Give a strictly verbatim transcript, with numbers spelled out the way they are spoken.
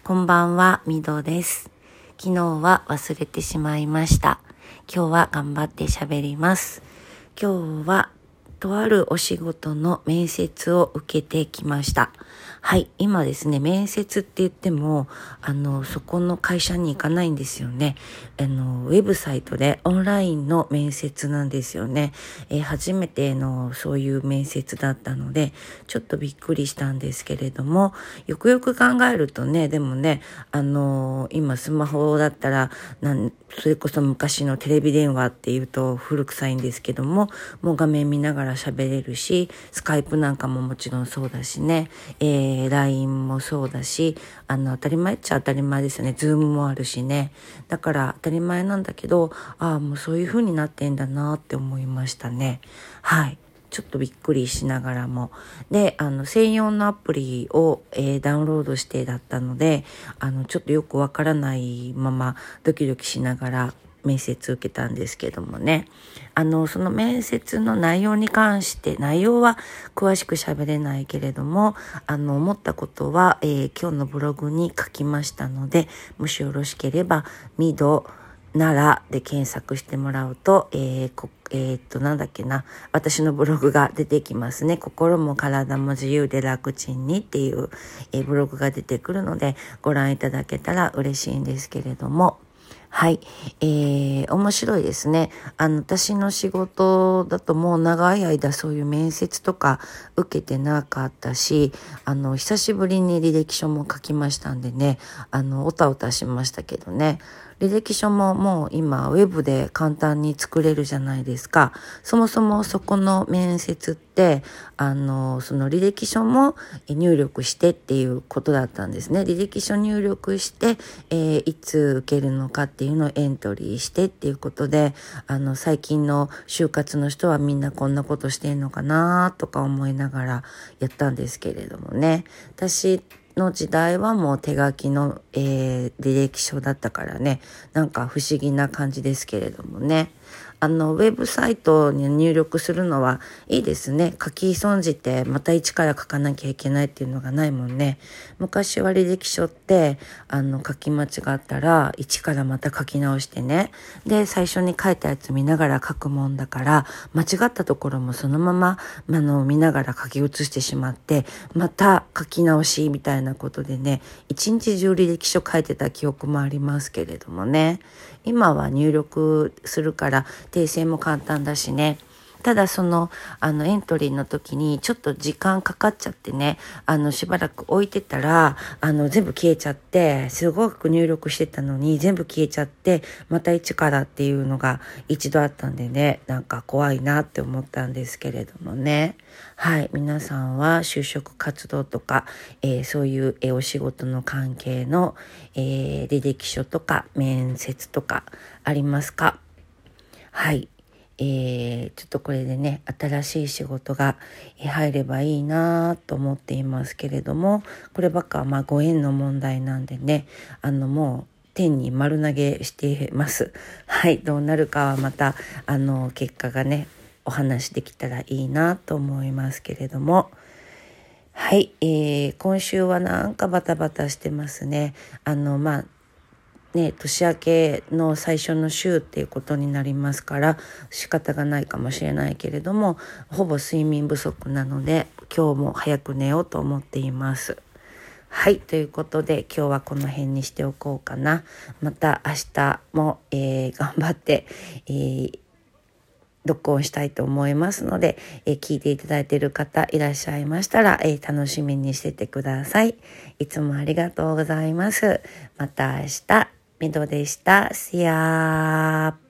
こんばんは、みどです。昨日は忘れてしまいました。今日は頑張って喋ります。今日はとあるお仕事の面接を受けてきました。はい、今ですね、面接って言っても、あの、そこの会社に行かないんですよね。あの、ウェブサイトでオンラインの面接なんですよね。えー、初めてのそういう面接だったので、ちょっとびっくりしたんですけれども、よくよく考えるとね、でもね、あの、今スマホだったら、なんそれこそ昔のテレビ電話っていうと古臭いんですけども、もう画面見ながら喋れるし、スカイプなんかももちろんそうだしね、えー、ライン もそうだし、あの、当たり前っちゃ当たり前ですよね。ズームもあるしね。だから当たり前なんだけど、ああ、もうそういう風になってんだなって思いましたね。はい。ちょっとびっくりしながらも。で、あの、専用のアプリを、えー、ダウンロードしてだったので、あの、ちょっとよくわからないままドキドキしながら面接受けたんですけどもね。あの、その面接の内容に関して、内容は詳しく喋れないけれども、あの、思ったことは、えー、今日のブログに書きましたので、もしよろしければ、ミドならで検索してもらうと、えーこえー、っとなんだっけな私のブログが出てきますね。心も体も自由で楽ちんにっていう、えー、ブログが出てくるのでご覧いただけたら嬉しいんですけれども、はい、えー、面白いですね。あの、私の仕事だともう長い間そういう面接とか受けてなかったし、あの、久しぶりに履歴書も書きましたんでね、あの、おたおたしましたけどね。履歴書ももう今ウェブで簡単に作れるじゃないですか。そもそもそこの面接って、あの、その履歴書も入力してっていうことだったんですね。履歴書入力して、えー、いつ受けるのかっていうのをエントリーしてっていうことで、あの、最近の就活の人はみんなこんなことしてんのかなとか思いながらやったんですけれどもね。私の時代はもう手書きの、えー、履歴書だったからね、なんか不思議な感じですけれどもね。あの、ウェブサイトに入力するのはいいですね。書き損じてまた一から書かなきゃいけないっていうのがないもんね。昔は履歴書って、あの、書き間違ったら一からまた書き直してね。で、最初に書いたやつ見ながら書くもんだから、間違ったところもそのまま、あの、見ながら書き写してしまって、また書き直しみたいなことでね、一日中履歴書書いてた記憶もありますけれどもね。今は入力するから訂正も簡単だしね。ただその、あのエントリーの時にちょっと時間かかっちゃってね、あのしばらく置いてたら、あの全部消えちゃって、すごく入力してたのに全部消えちゃって、また一からっていうのが一度あったんでね、なんか怖いなって思ったんですけれどもね。はい、皆さんは就職活動とか、えー、そういう、えー、お仕事の関係の、えー、履歴書とか面接とかありますか？はい。えー、ちょっとこれでね、新しい仕事が入ればいいなと思っていますけれども、こればっかはまあご縁の問題なんでね、あのもう天に丸投げしてます。はい、どうなるかはまたあの結果がね、お話できたらいいなと思いますけれども、はい、えー、今週はなんかバタバタしてますね。あのまあね、年明けの最初の週っていうことになりますから仕方がないかもしれないけれども、ほぼ睡眠不足なので今日も早く寝ようと思っています。はい、ということで今日はこの辺にしておこうかな。また明日も、えー、頑張って、えー録音したいと思いますので、えー、聞いていただいている方いらっしゃいましたら、えー、楽しみにしててください。いつもありがとうございます。また明日、みどでした。See ya!